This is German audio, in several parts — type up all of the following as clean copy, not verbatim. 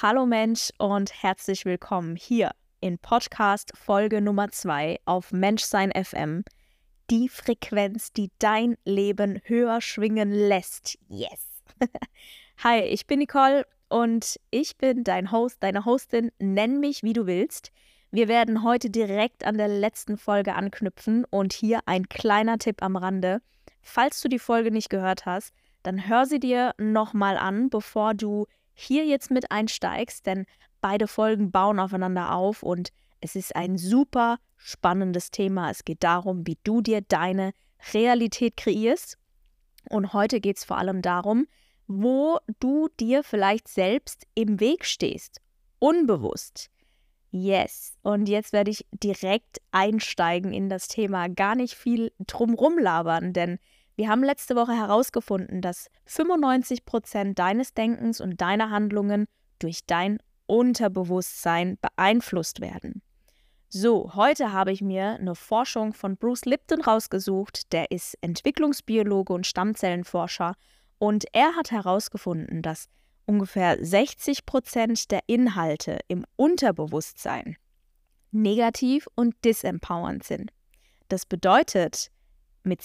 Hallo Mensch und herzlich willkommen hier in Podcast Folge Nummer 2 auf Menschsein FM. Die Frequenz, die dein Leben höher schwingen lässt. Yes! Hi, ich bin Nicole und ich bin dein Host, deine Hostin. Nenn mich, wie du willst. Wir werden heute direkt an der letzten Folge anknüpfen und hier ein kleiner Tipp am Rande. Falls du die Folge nicht gehört hast, dann hör sie dir nochmal an, bevor du hier jetzt mit einsteigst, denn beide Folgen bauen aufeinander auf und es ist ein super spannendes Thema. Es geht darum, wie du dir deine Realität kreierst. Und heute geht es vor allem darum, wo du dir vielleicht selbst im Weg stehst. Unbewusst. Yes. Und jetzt werde ich direkt einsteigen in das Thema. Gar nicht viel drumrum labern, denn wir haben letzte Woche herausgefunden, dass 95% deines Denkens und deiner Handlungen durch dein Unterbewusstsein beeinflusst werden. So, heute habe ich mir eine Forschung von Bruce Lipton rausgesucht. Der ist Entwicklungsbiologe und Stammzellenforscher und er hat herausgefunden, dass ungefähr 60% der Inhalte im Unterbewusstsein negativ und disempowernd sind. Das bedeutet, mit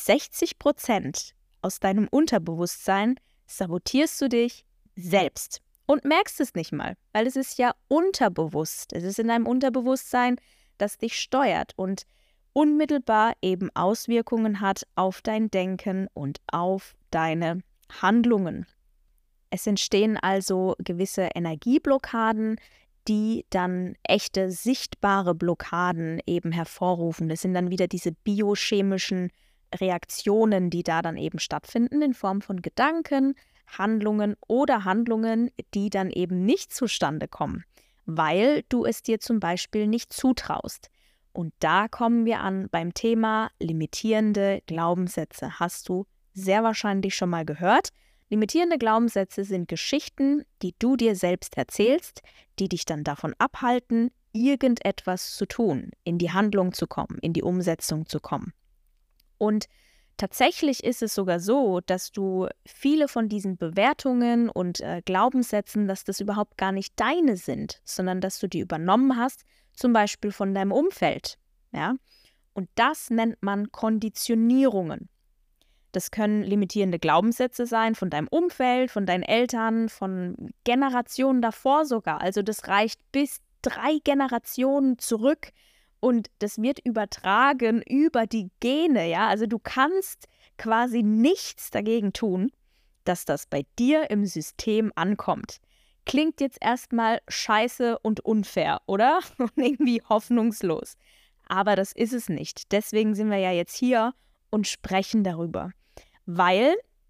60% aus deinem Unterbewusstsein sabotierst du dich selbst und merkst es nicht mal, weil es ist ja unterbewusst. Es ist in deinem Unterbewusstsein, das dich steuert und unmittelbar eben Auswirkungen hat auf dein Denken und auf deine Handlungen. Es entstehen also gewisse Energieblockaden, die dann echte sichtbare Blockaden eben hervorrufen. Das sind dann wieder diese biochemischen Reaktionen, die da dann eben stattfinden in Form von Gedanken, Handlungen oder Handlungen, die dann eben nicht zustande kommen, weil du es dir zum Beispiel nicht zutraust. Und da kommen wir an beim Thema limitierende Glaubenssätze. Hast du sehr wahrscheinlich schon mal gehört. Limitierende Glaubenssätze sind Geschichten, die du dir selbst erzählst, die dich dann davon abhalten, irgendetwas zu tun, in die Handlung zu kommen, in die Umsetzung zu kommen. Und tatsächlich ist es sogar so, dass du viele von diesen Bewertungen und Glaubenssätzen, dass das überhaupt gar nicht deine sind, sondern dass du die übernommen hast, zum Beispiel von deinem Umfeld. Ja? Und das nennt man Konditionierungen. Das können limitierende Glaubenssätze sein von deinem Umfeld, von deinen Eltern, von Generationen davor sogar. Also das reicht bis 3 Generationen zurück und das wird übertragen über die Gene. Ja? Also du kannst quasi nichts dagegen tun, dass das bei dir im System ankommt. Klingt jetzt erstmal scheiße und unfair, oder? Und irgendwie hoffnungslos. Aber das ist es nicht. Deswegen sind wir ja jetzt hier und sprechen darüber. Weil,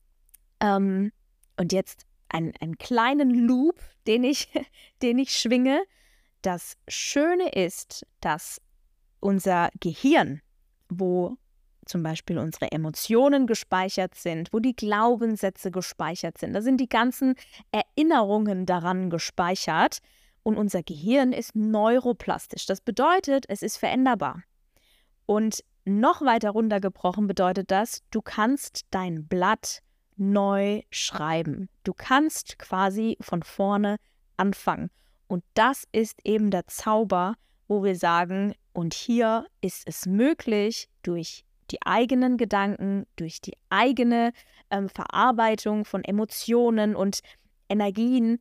und jetzt einen kleinen Loop, den ich schwinge, das Schöne ist, dass unser Gehirn, wo zum Beispiel unsere Emotionen gespeichert sind, wo die Glaubenssätze gespeichert sind, da sind die ganzen Erinnerungen daran gespeichert und unser Gehirn ist neuroplastisch. Das bedeutet, es ist veränderbar. Und noch weiter runtergebrochen bedeutet das, du kannst dein Blatt neu schreiben. Du kannst quasi von vorne anfangen. Und das ist eben der Zauber, wo wir sagen, und hier ist es möglich, durch die eigenen Gedanken, durch die eigene Verarbeitung von Emotionen und Energien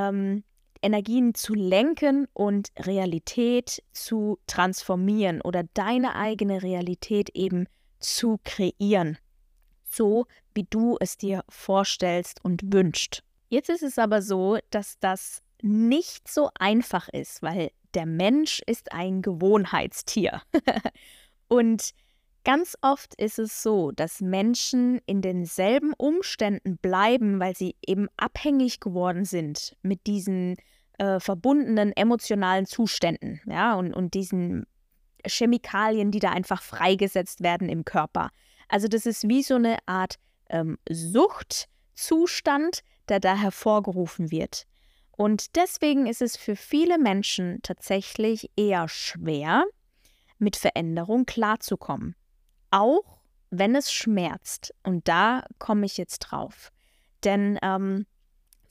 zu lenken und Realität zu transformieren oder deine eigene Realität eben zu kreieren, so wie du es dir vorstellst und wünschst. Jetzt ist es aber so, dass das nicht so einfach ist, weil der Mensch ist ein Gewohnheitstier. Und ganz oft ist es so, dass Menschen in denselben Umständen bleiben, weil sie eben abhängig geworden sind mit diesen verbundenen emotionalen Zuständen, ja, und diesen Chemikalien, die da einfach freigesetzt werden im Körper. Also das ist wie so eine Art Suchtzustand, der da hervorgerufen wird. Und deswegen ist es für viele Menschen tatsächlich eher schwer, mit Veränderung klarzukommen. Auch wenn es schmerzt. Und da komme ich jetzt drauf. Denn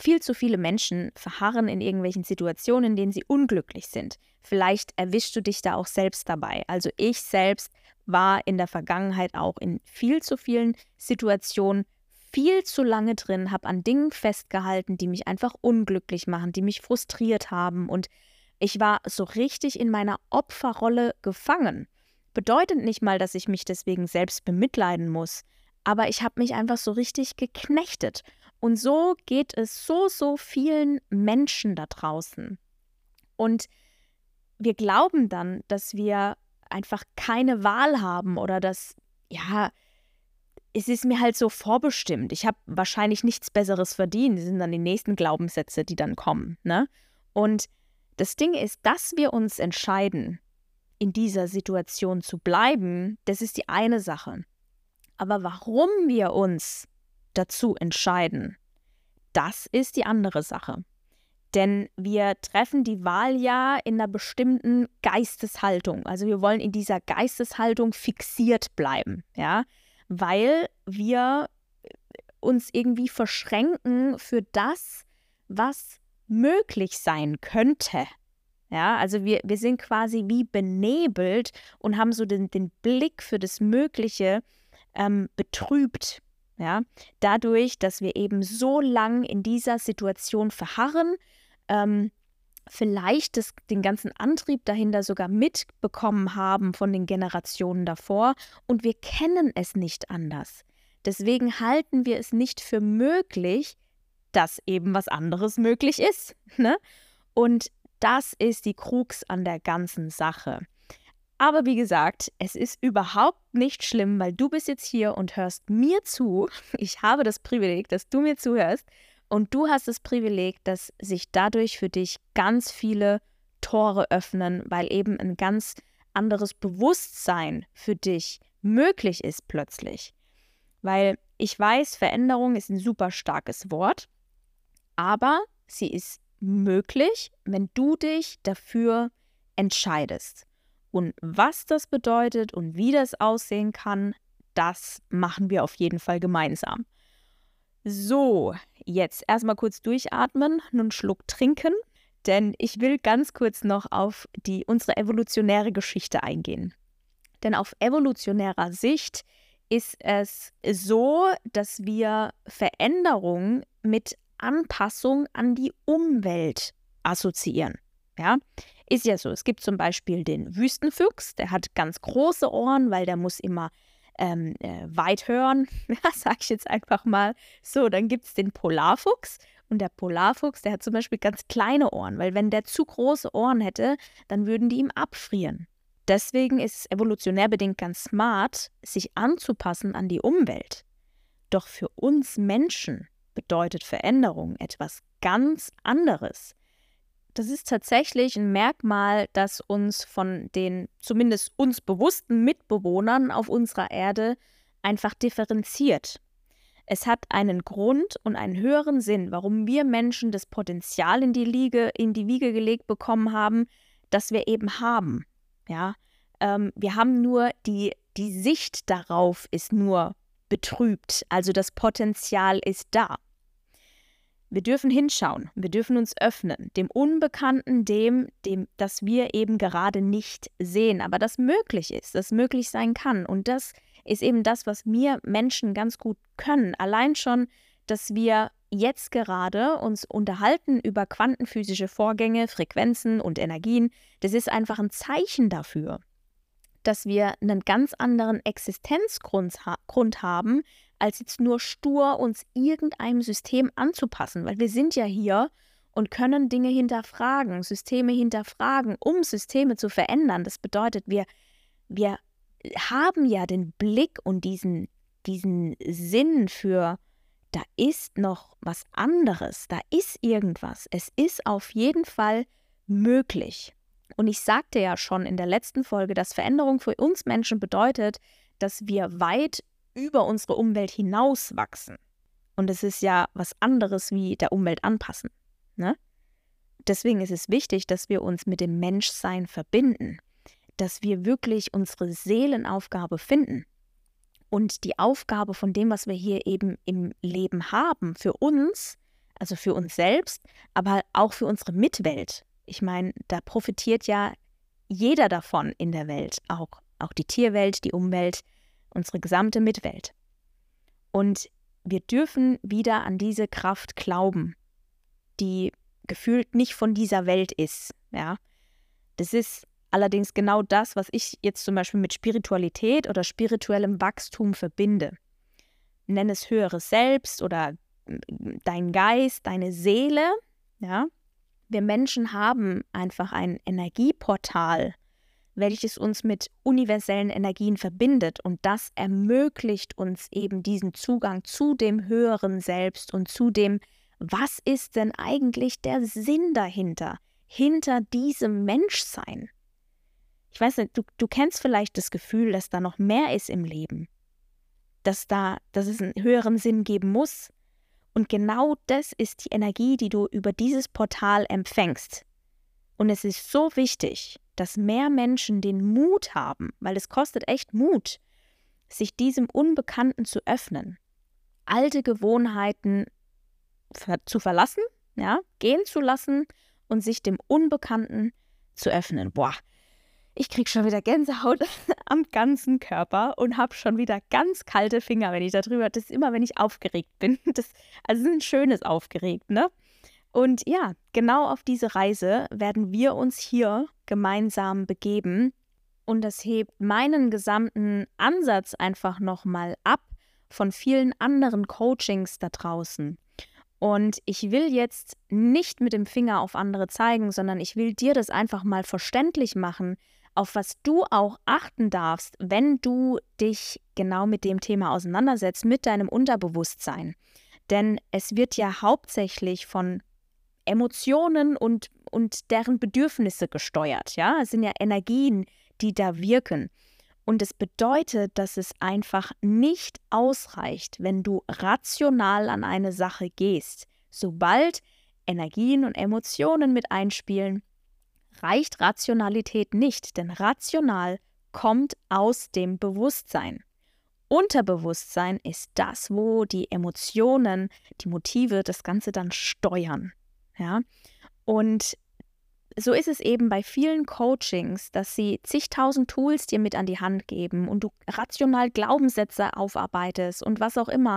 Viel zu viele Menschen verharren in irgendwelchen Situationen, in denen sie unglücklich sind. Vielleicht erwischst du dich da auch selbst dabei. Also ich selbst war in der Vergangenheit auch in viel zu vielen Situationen viel zu lange drin, habe an Dingen festgehalten, die mich einfach unglücklich machen, die mich frustriert haben. Und ich war so richtig in meiner Opferrolle gefangen. Bedeutet nicht mal, dass ich mich deswegen selbst bemitleiden muss, aber ich habe mich einfach so richtig geknechtet. Und so geht es so vielen Menschen da draußen. Und wir glauben dann, dass wir einfach keine Wahl haben oder dass, ja, es ist mir halt so vorbestimmt. Ich habe wahrscheinlich nichts Besseres verdient. Das sind dann die nächsten Glaubenssätze, die dann kommen, ne? Und das Ding ist, dass wir uns entscheiden, in dieser Situation zu bleiben, das ist die eine Sache. Aber warum wir uns dazu entscheiden, das ist die andere Sache. Denn wir treffen die Wahl ja in einer bestimmten Geisteshaltung. Also wir wollen in dieser Geisteshaltung fixiert bleiben, ja, weil wir uns irgendwie verschränken für das, was möglich sein könnte. Ja, also wir sind quasi wie benebelt und haben so den Blick für das Mögliche betrübt. Ja, dadurch, dass wir eben so lang in dieser Situation verharren, vielleicht den ganzen Antrieb dahinter sogar mitbekommen haben von den Generationen davor und wir kennen es nicht anders. Deswegen halten wir es nicht für möglich, dass eben was anderes möglich ist, ne? Und das ist die Krux an der ganzen Sache. Aber wie gesagt, es ist überhaupt nicht schlimm, weil du bist jetzt hier und hörst mir zu. Ich habe das Privileg, dass du mir zuhörst. Und du hast das Privileg, dass sich dadurch für dich ganz viele Tore öffnen, weil eben ein ganz anderes Bewusstsein für dich möglich ist plötzlich. Weil ich weiß, Veränderung ist ein super starkes Wort, aber sie ist möglich, wenn du dich dafür entscheidest. Und was das bedeutet und wie das aussehen kann, das machen wir auf jeden Fall gemeinsam. So, jetzt erstmal kurz durchatmen und einen Schluck trinken, denn ich will ganz kurz noch auf unsere evolutionäre Geschichte eingehen. Denn auf evolutionärer Sicht ist es so, dass wir Veränderung mit Anpassung an die Umwelt assoziieren. Ja, ist ja so. Es gibt zum Beispiel den Wüstenfuchs, der hat ganz große Ohren, weil der muss immer weit hören, sag ich jetzt einfach mal. So, dann gibt es den Polarfuchs und der Polarfuchs, der hat zum Beispiel ganz kleine Ohren, weil wenn der zu große Ohren hätte, dann würden die ihm abfrieren. Deswegen ist es evolutionär bedingt ganz smart, sich anzupassen an die Umwelt. Doch für uns Menschen bedeutet Veränderung etwas ganz anderes. Das ist tatsächlich ein Merkmal, das uns von den zumindest uns bewussten Mitbewohnern auf unserer Erde einfach differenziert. Es hat einen Grund und einen höheren Sinn, warum wir Menschen das Potenzial in die Wiege gelegt bekommen haben, das wir eben haben. Ja? Wir haben nur die Sicht darauf ist nur betrübt, also das Potenzial ist da. Wir dürfen hinschauen, wir dürfen uns öffnen, dem Unbekannten, dem, das wir eben gerade nicht sehen, aber das möglich ist, das möglich sein kann. Und das ist eben das, was wir Menschen ganz gut können. Allein schon, dass wir jetzt gerade uns unterhalten über quantenphysische Vorgänge, Frequenzen und Energien, das ist einfach ein Zeichen dafür, dass wir einen ganz anderen Existenzgrund haben, als jetzt nur stur uns irgendeinem System anzupassen. Weil wir sind ja hier und können Dinge hinterfragen, Systeme hinterfragen, um Systeme zu verändern. Das bedeutet, wir haben ja den Blick und diesen Sinn für, da ist noch was anderes, da ist irgendwas. Es ist auf jeden Fall möglich. Und ich sagte ja schon in der letzten Folge, dass Veränderung für uns Menschen bedeutet, dass wir weit über unsere Umwelt hinauswachsen. Und es ist ja was anderes wie der Umwelt anpassen. Ne? Deswegen ist es wichtig, dass wir uns mit dem Menschsein verbinden, dass wir wirklich unsere Seelenaufgabe finden. Und die Aufgabe von dem, was wir hier eben im Leben haben, für uns Also für uns selbst, aber auch für unsere Mitwelt. Ich meine, da profitiert ja jeder davon in der Welt, auch die Tierwelt, die Umwelt, unsere gesamte Mitwelt. Und wir dürfen wieder an diese Kraft glauben, die gefühlt nicht von dieser Welt ist. Ja? Das ist allerdings genau das, was ich jetzt zum Beispiel mit Spiritualität oder spirituellem Wachstum verbinde. Nenn es höheres Selbst oder dein Geist, deine Seele. Ja? Wir Menschen haben einfach ein Energieportal, welches uns mit universellen Energien verbindet. Und das ermöglicht uns eben diesen Zugang zu dem höheren Selbst und zu dem, was ist denn eigentlich der Sinn dahinter, hinter diesem Menschsein? Ich weiß nicht, du kennst vielleicht das Gefühl, dass da noch mehr ist im Leben, dass es einen höheren Sinn geben muss. Und genau das ist die Energie, die du über dieses Portal empfängst. Und es ist so wichtig, dass mehr Menschen den Mut haben, weil es kostet echt Mut, sich diesem Unbekannten zu öffnen, alte Gewohnheiten zu verlassen, ja, gehen zu lassen und sich dem Unbekannten zu öffnen. Boah, ich kriege schon wieder Gänsehaut am ganzen Körper und habe schon wieder ganz kalte Finger, wenn ich darüber, das ist immer, wenn ich aufgeregt bin. Also ein schönes Aufgeregt, ne? Und ja, genau auf diese Reise werden wir uns hier gemeinsam begeben. Und das hebt meinen gesamten Ansatz einfach nochmal ab von vielen anderen Coachings da draußen. Und ich will jetzt nicht mit dem Finger auf andere zeigen, sondern ich will dir das einfach mal verständlich machen, auf was du auch achten darfst, wenn du dich genau mit dem Thema auseinandersetzt, mit deinem Unterbewusstsein. Denn es wird ja hauptsächlich von Emotionen und deren Bedürfnisse gesteuert. Ja? Es sind ja Energien, die da wirken. Und es bedeutet, dass es einfach nicht ausreicht, wenn du rational an eine Sache gehst. Sobald Energien und Emotionen mit einspielen, reicht Rationalität nicht, denn rational kommt aus dem Bewusstsein. Unterbewusstsein ist das, wo die Emotionen, die Motive, das Ganze dann steuern. Ja? Und so ist es eben bei vielen Coachings, dass sie zigtausend Tools dir mit an die Hand geben und du rational Glaubenssätze aufarbeitest und was auch immer.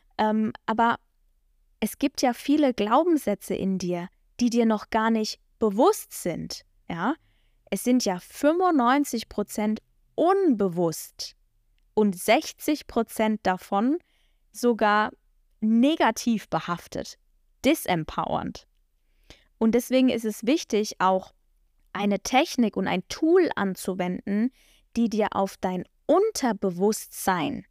Aber es gibt ja viele Glaubenssätze in dir, die dir noch gar nicht bewusst sind. Ja? Es sind ja 95% unbewusst und 60% davon sogar negativ behaftet, disempowernd. Und deswegen ist es wichtig, auch eine Technik und ein Tool anzuwenden, die dir auf dein Unterbewusstsein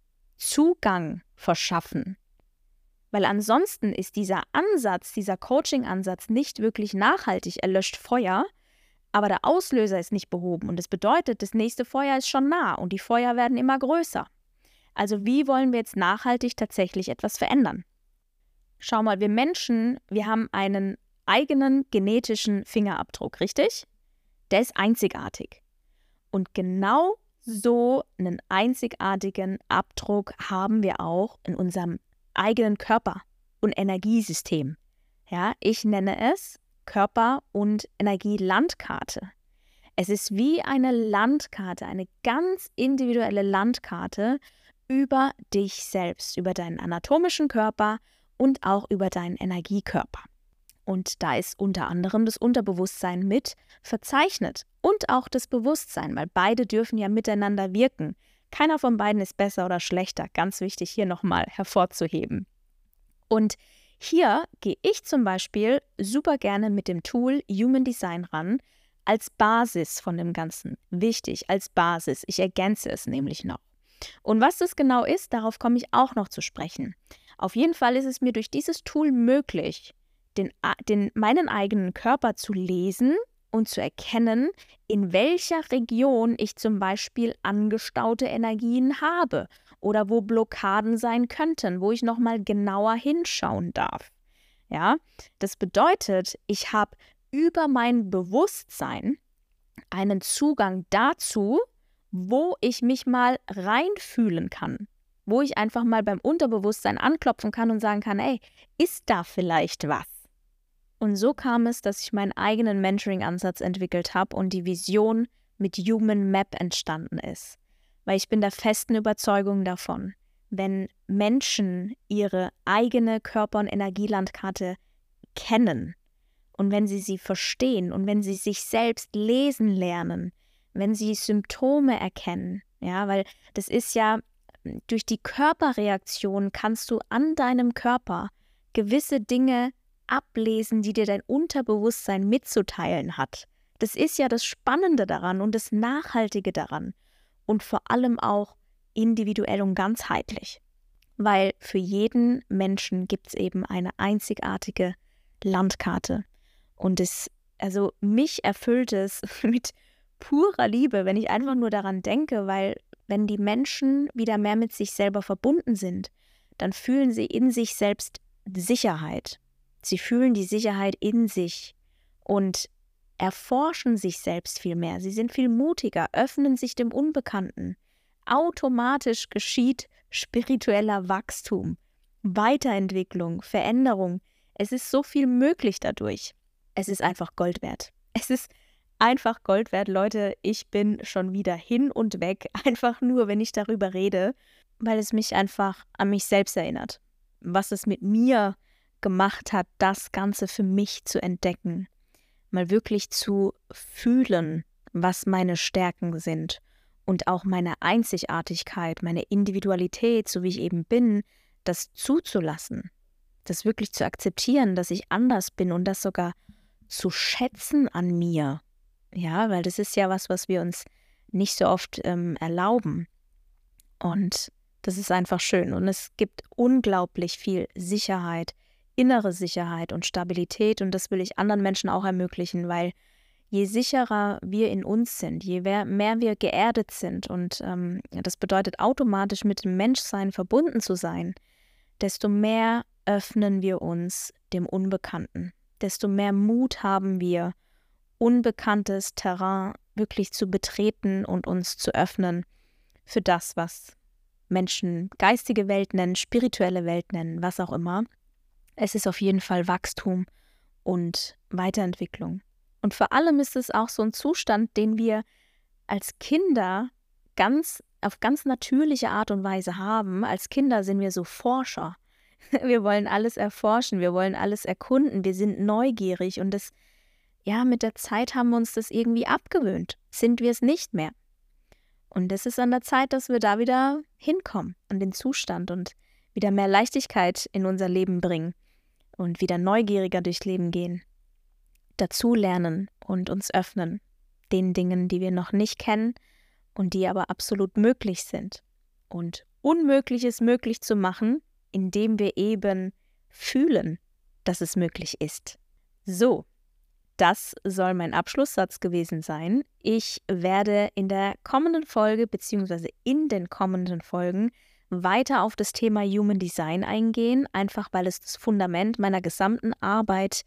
Zugang verschaffen. Weil ansonsten ist dieser Ansatz, dieser Coaching-Ansatz nicht wirklich nachhaltig. Er löscht Feuer, aber der Auslöser ist nicht behoben. Und das bedeutet, das nächste Feuer ist schon nah und die Feuer werden immer größer. Also wie wollen wir jetzt nachhaltig tatsächlich etwas verändern? Schau mal, wir Menschen, wir haben einen eigenen genetischen Fingerabdruck, richtig? Der ist einzigartig. Und genau so einen einzigartigen Abdruck haben wir auch in unserem eigenen Körper- und Energiesystem. Ja, ich nenne es Körper- und Energielandkarte. Es ist wie eine Landkarte, eine ganz individuelle Landkarte über dich selbst, über deinen anatomischen Körper und auch über deinen Energiekörper. Und da ist unter anderem das Unterbewusstsein mit verzeichnet und auch das Bewusstsein, weil beide dürfen ja miteinander wirken. Keiner von beiden ist besser oder schlechter, ganz wichtig hier nochmal hervorzuheben. Und hier gehe ich zum Beispiel super gerne mit dem Tool Human Design ran, als Basis von dem Ganzen. Wichtig, als Basis. Ich ergänze es nämlich noch. Und was das genau ist, darauf komme ich auch noch zu sprechen. Auf jeden Fall ist es mir durch dieses Tool möglich, meinen eigenen Körper zu lesen und zu erkennen, in welcher Region ich zum Beispiel angestaute Energien habe oder wo Blockaden sein könnten, wo ich nochmal genauer hinschauen darf. Ja, das bedeutet, ich habe über mein Bewusstsein einen Zugang dazu, wo ich mich mal reinfühlen kann. wo ich einfach mal beim Unterbewusstsein anklopfen kann und sagen kann, ey, ist da vielleicht was? Und so kam es, dass ich meinen eigenen Mentoring-Ansatz entwickelt habe und die Vision mit Human Map entstanden ist. Weil ich bin der festen Überzeugung davon, wenn Menschen ihre eigene Körper- und Energielandkarte kennen und wenn sie verstehen und wenn sie sich selbst lesen lernen, wenn sie Symptome erkennen, ja, weil das ist ja, durch die Körperreaktion kannst du an deinem Körper gewisse Dinge ablesen, die dir dein Unterbewusstsein mitzuteilen hat. Das ist ja das Spannende daran und das Nachhaltige daran und vor allem auch individuell und ganzheitlich, weil für jeden Menschen gibt es eben eine einzigartige Landkarte und mich erfüllt es mit purer Liebe, wenn ich einfach nur daran denke, weil wenn die Menschen wieder mehr mit sich selber verbunden sind, dann fühlen sie in sich selbst Sicherheit. Sie fühlen die Sicherheit in sich und erforschen sich selbst viel mehr. Sie sind viel mutiger, öffnen sich dem Unbekannten. Automatisch geschieht spiritueller Wachstum, Weiterentwicklung, Veränderung. Es ist so viel möglich dadurch. Es ist einfach Gold wert. Es ist einfach Gold wert, Leute. Ich bin schon wieder hin und weg, einfach nur, wenn ich darüber rede, weil es mich einfach an mich selbst erinnert. Was es mit mir gemacht hat, das Ganze für mich zu entdecken. Mal wirklich zu fühlen, was meine Stärken sind und auch meine Einzigartigkeit, meine Individualität, so wie ich eben bin, das zuzulassen, das wirklich zu akzeptieren, dass ich anders bin und das sogar zu schätzen an mir. Ja, weil das ist ja was wir uns nicht so oft erlauben. Und das ist einfach schön. Und es gibt unglaublich viel Sicherheit, innere Sicherheit und Stabilität. Und das will ich anderen Menschen auch ermöglichen, weil je sicherer wir in uns sind, je mehr wir geerdet sind und das bedeutet automatisch mit dem Menschsein verbunden zu sein, desto mehr öffnen wir uns dem Unbekannten. Desto mehr Mut haben wir, unbekanntes Terrain wirklich zu betreten und uns zu öffnen für das, was Menschen geistige Welt nennen, spirituelle Welt nennen, was auch immer. Es ist auf jeden Fall Wachstum und Weiterentwicklung. Und vor allem ist es auch so ein Zustand, den wir als Kinder auf ganz natürliche Art und Weise haben. Als Kinder sind wir so Forscher. Wir wollen alles erforschen, wir wollen alles erkunden, wir sind neugierig und mit der Zeit haben wir uns das irgendwie abgewöhnt. Sind wir es nicht mehr. Und es ist an der Zeit, dass wir da wieder hinkommen an den Zustand und wieder mehr Leichtigkeit in unser Leben bringen und wieder neugieriger durchs Leben gehen, dazulernen und uns öffnen, den Dingen, die wir noch nicht kennen und die aber absolut möglich sind. Und Unmögliches möglich zu machen, indem wir eben fühlen, dass es möglich ist. So, das soll mein Abschlusssatz gewesen sein. Ich werde in der kommenden Folge bzw. in den kommenden Folgen weiter auf das Thema Human Design eingehen, einfach weil es das Fundament meiner gesamten Arbeit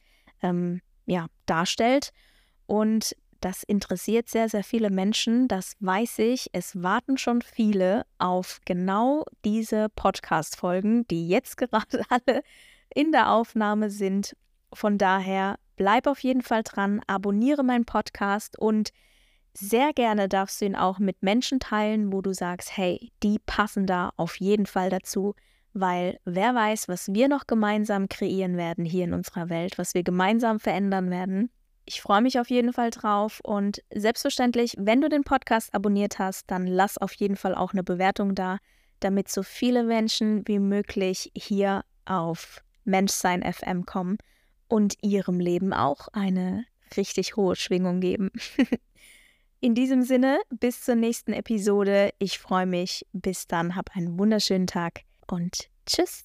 darstellt. Und das interessiert sehr, sehr viele Menschen, das weiß ich. Es warten schon viele auf genau diese Podcast-Folgen, die jetzt gerade alle in der Aufnahme sind. Von daher bleib auf jeden Fall dran, abonniere meinen Podcast und sehr gerne darfst du ihn auch mit Menschen teilen, wo du sagst, hey, die passen da auf jeden Fall dazu, weil wer weiß, was wir noch gemeinsam kreieren werden hier in unserer Welt, was wir gemeinsam verändern werden. Ich freue mich auf jeden Fall drauf und selbstverständlich, wenn du den Podcast abonniert hast, dann lass auf jeden Fall auch eine Bewertung da, damit so viele Menschen wie möglich hier auf Menschsein FM kommen und ihrem Leben auch eine richtig hohe Schwingung geben. In diesem Sinne, bis zur nächsten Episode. Ich freue mich. Bis dann, hab einen wunderschönen Tag und tschüss.